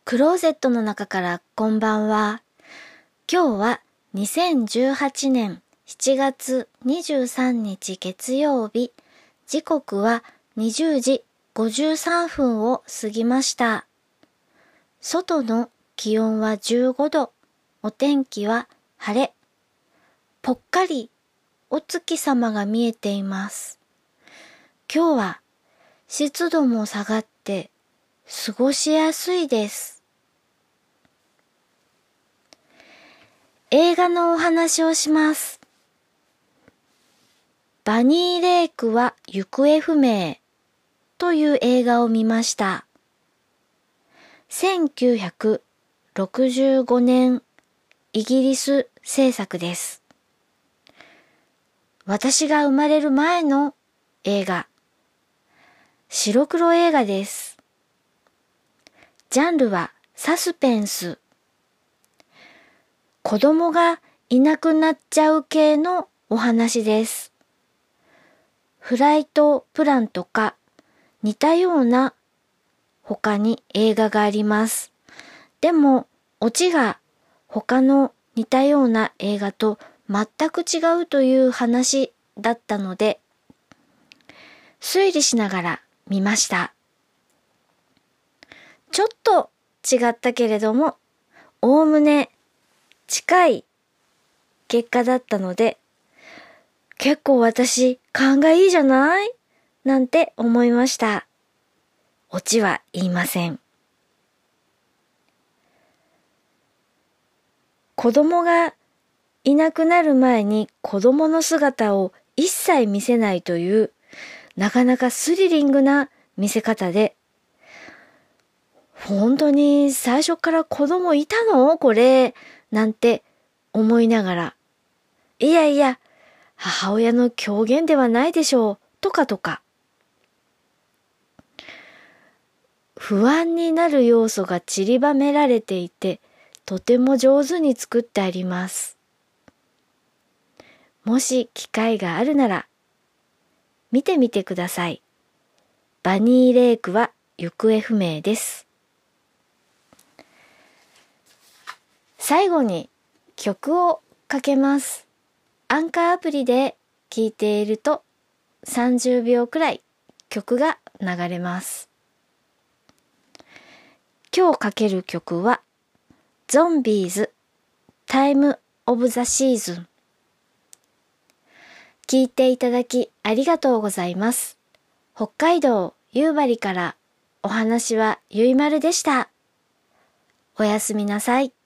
クローゼットの中からこんばんは。今日は2018年7月23日月曜日、時刻は20時53分を過ぎました。外の気温は15度、お天気は晴れ。ぽっかりお月様が見えています。今日は湿度も下がって過ごしやすいです。映画のお話をします。バニー・レイクは行方不明という映画を見ました。1965年イギリス制作です。私が生まれる前の映画。白黒映画です。ジャンルはサスペンス。子供がいなくなっちゃう系のお話です。フライトプランとか似たような他に映画があります。でもオチが他の似たような映画と全く違うという話だったので推理しながら見ました。ちょっと違ったけれどもおおむね近い結果だったので結構私勘がいいじゃないなんて思いました。オチは言いません。子供がいなくなる前に子供の姿を一切見せないというなかなかスリリングな見せ方で本当に最初から子供いたのこれなんて思いながらいやいや母親の狂言ではないでしょうとか不安になる要素が散りばめられていてとても上手に作ってあります。もし機会があるなら見てみてください。バニー・レイクは行方不明です。最後に曲をかけます。アンカーアプリで聴いていると30秒くらい曲が流れます。今日かける曲はゾンビーズタイムオブザシーズン。聴いていただきありがとうございます。北海道夕張からお話はゆいまるでした。おやすみなさい。